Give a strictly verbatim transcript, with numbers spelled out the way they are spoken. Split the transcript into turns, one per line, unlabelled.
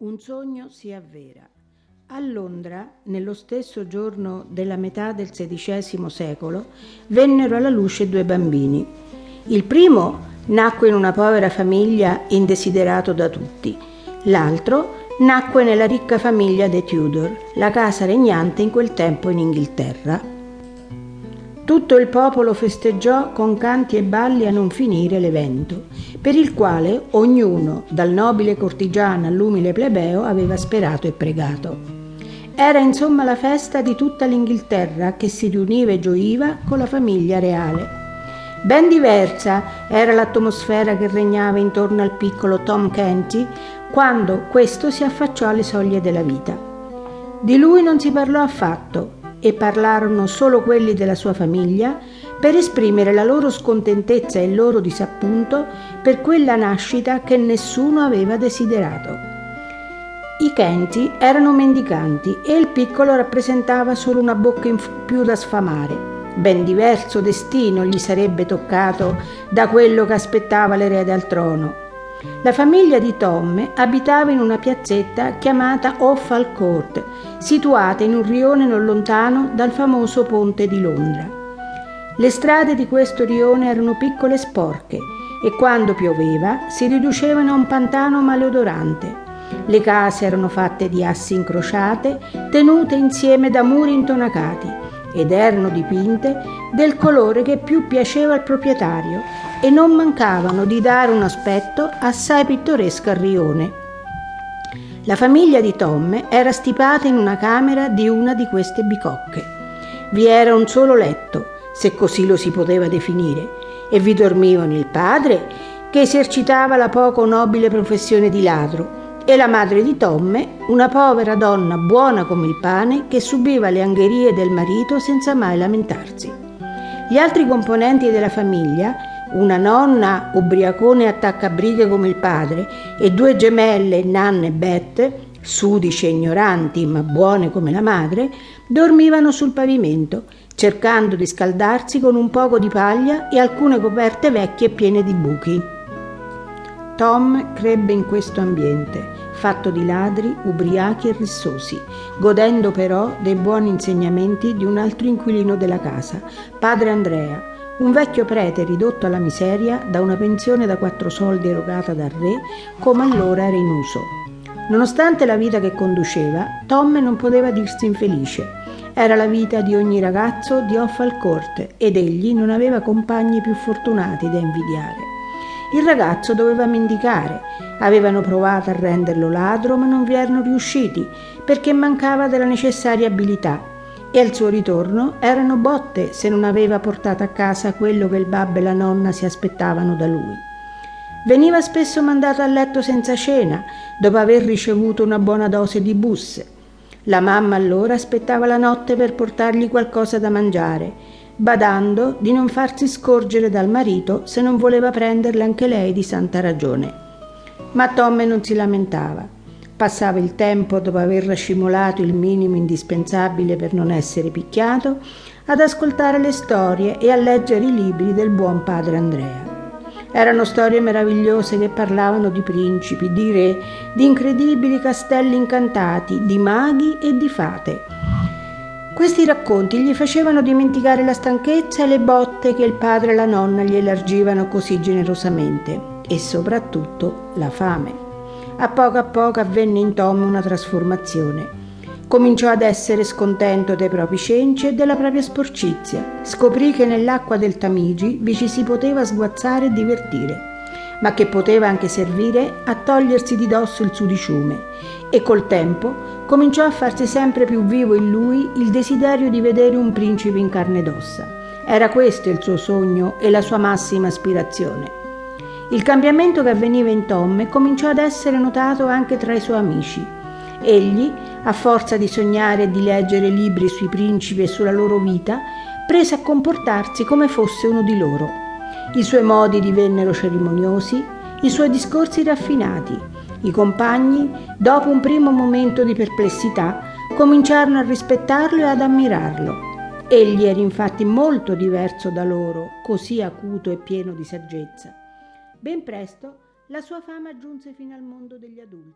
Un sogno si avvera. A Londra, nello stesso giorno della metà del sedicesimo secolo, vennero alla luce due bambini. Il primo nacque in una povera famiglia indesiderato da tutti. L'altro nacque nella ricca famiglia dei Tudor, la casa regnante in quel tempo in Inghilterra. Tutto il popolo festeggiò con canti e balli a non finire l'evento, per il quale ognuno, dal nobile cortigiano all'umile plebeo, aveva sperato e pregato. Era insomma la festa di tutta l'Inghilterra che si riuniva e gioiva con la famiglia reale. Ben diversa era l'atmosfera che regnava intorno al piccolo Tom Canty quando questo si affacciò alle soglie della vita. Di lui non si parlò affatto, e parlarono solo quelli della sua famiglia per esprimere la loro scontentezza e il loro disappunto per quella nascita che nessuno aveva desiderato. I Canty erano mendicanti e il piccolo rappresentava solo una bocca in più da sfamare. Ben diverso destino gli sarebbe toccato da quello che aspettava l'erede al trono. La famiglia di Tom abitava in una piazzetta chiamata Offal Court, situata in un rione non lontano dal famoso ponte di Londra. Le strade di questo rione erano piccole e sporche e quando pioveva si riducevano a un pantano maleodorante. Le case erano fatte di assi incrociate, tenute insieme da muri intonacati, ed erano dipinte del colore che più piaceva al proprietario e non mancavano di dare un aspetto assai pittoresco al rione. La famiglia di Tom era stipata in una camera di una di queste bicocche. Vi era un solo letto, se così lo si poteva definire, e vi dormivano il padre, che esercitava la poco nobile professione di ladro, e la madre di Tom, una povera donna buona come il pane che subiva le angherie del marito senza mai lamentarsi. Gli altri componenti della famiglia, una nonna ubriacone e attaccabrighe come il padre e due gemelle, Nan e Beth, sudici e ignoranti ma buone come la madre, dormivano sul pavimento, cercando di scaldarsi con un poco di paglia e alcune coperte vecchie piene di buchi. Tom crebbe in questo ambiente, fatto di ladri, ubriachi e rissosi, godendo però dei buoni insegnamenti di un altro inquilino della casa, padre Andrea, un vecchio prete ridotto alla miseria da una pensione da quattro soldi erogata dal re, come allora era in uso. Nonostante la vita che conduceva, Tom non poteva dirsi infelice. Era la vita di ogni ragazzo di Offal Court ed egli non aveva compagni più fortunati da invidiare. Il ragazzo doveva mendicare, avevano provato a renderlo ladro ma non vi erano riusciti perché mancava della necessaria abilità e al suo ritorno erano botte se non aveva portato a casa quello che il babbo e la nonna si aspettavano da lui. Veniva spesso mandato a letto senza cena dopo aver ricevuto una buona dose di busse. La mamma allora aspettava la notte per portargli qualcosa da mangiare, badando di non farsi scorgere dal marito se non voleva prenderle anche lei di santa ragione. Ma Tom non si lamentava. Passava il tempo, dopo aver rascimolato il minimo indispensabile per non essere picchiato, ad ascoltare le storie e a leggere i libri del buon padre Andrea. Erano storie meravigliose che parlavano di principi, di re, di incredibili castelli incantati, di maghi e di fate. Questi racconti gli facevano dimenticare la stanchezza e le botte che il padre e la nonna gli elargivano così generosamente, e soprattutto la fame. A poco a poco avvenne in Tom una trasformazione. Cominciò ad essere scontento dei propri cenci e della propria sporcizia. Scoprì che nell'acqua del Tamigi vi ci si poteva sguazzare e divertire, ma che poteva anche servire a togliersi di dosso il sudiciume, e col tempo cominciò a farsi sempre più vivo in lui il desiderio di vedere un principe in carne ed ossa. Era questo il suo sogno e la sua massima aspirazione. Il cambiamento che avveniva in Tom cominciò ad essere notato anche tra i suoi amici. Egli, a forza di sognare e di leggere libri sui principi e sulla loro vita, prese a comportarsi come fosse uno di loro. I suoi modi divennero cerimoniosi, i suoi discorsi raffinati. I compagni, dopo un primo momento di perplessità, cominciarono a rispettarlo e ad ammirarlo. Egli era infatti molto diverso da loro, così acuto e pieno di saggezza. Ben presto la sua fama giunse fino al mondo degli adulti.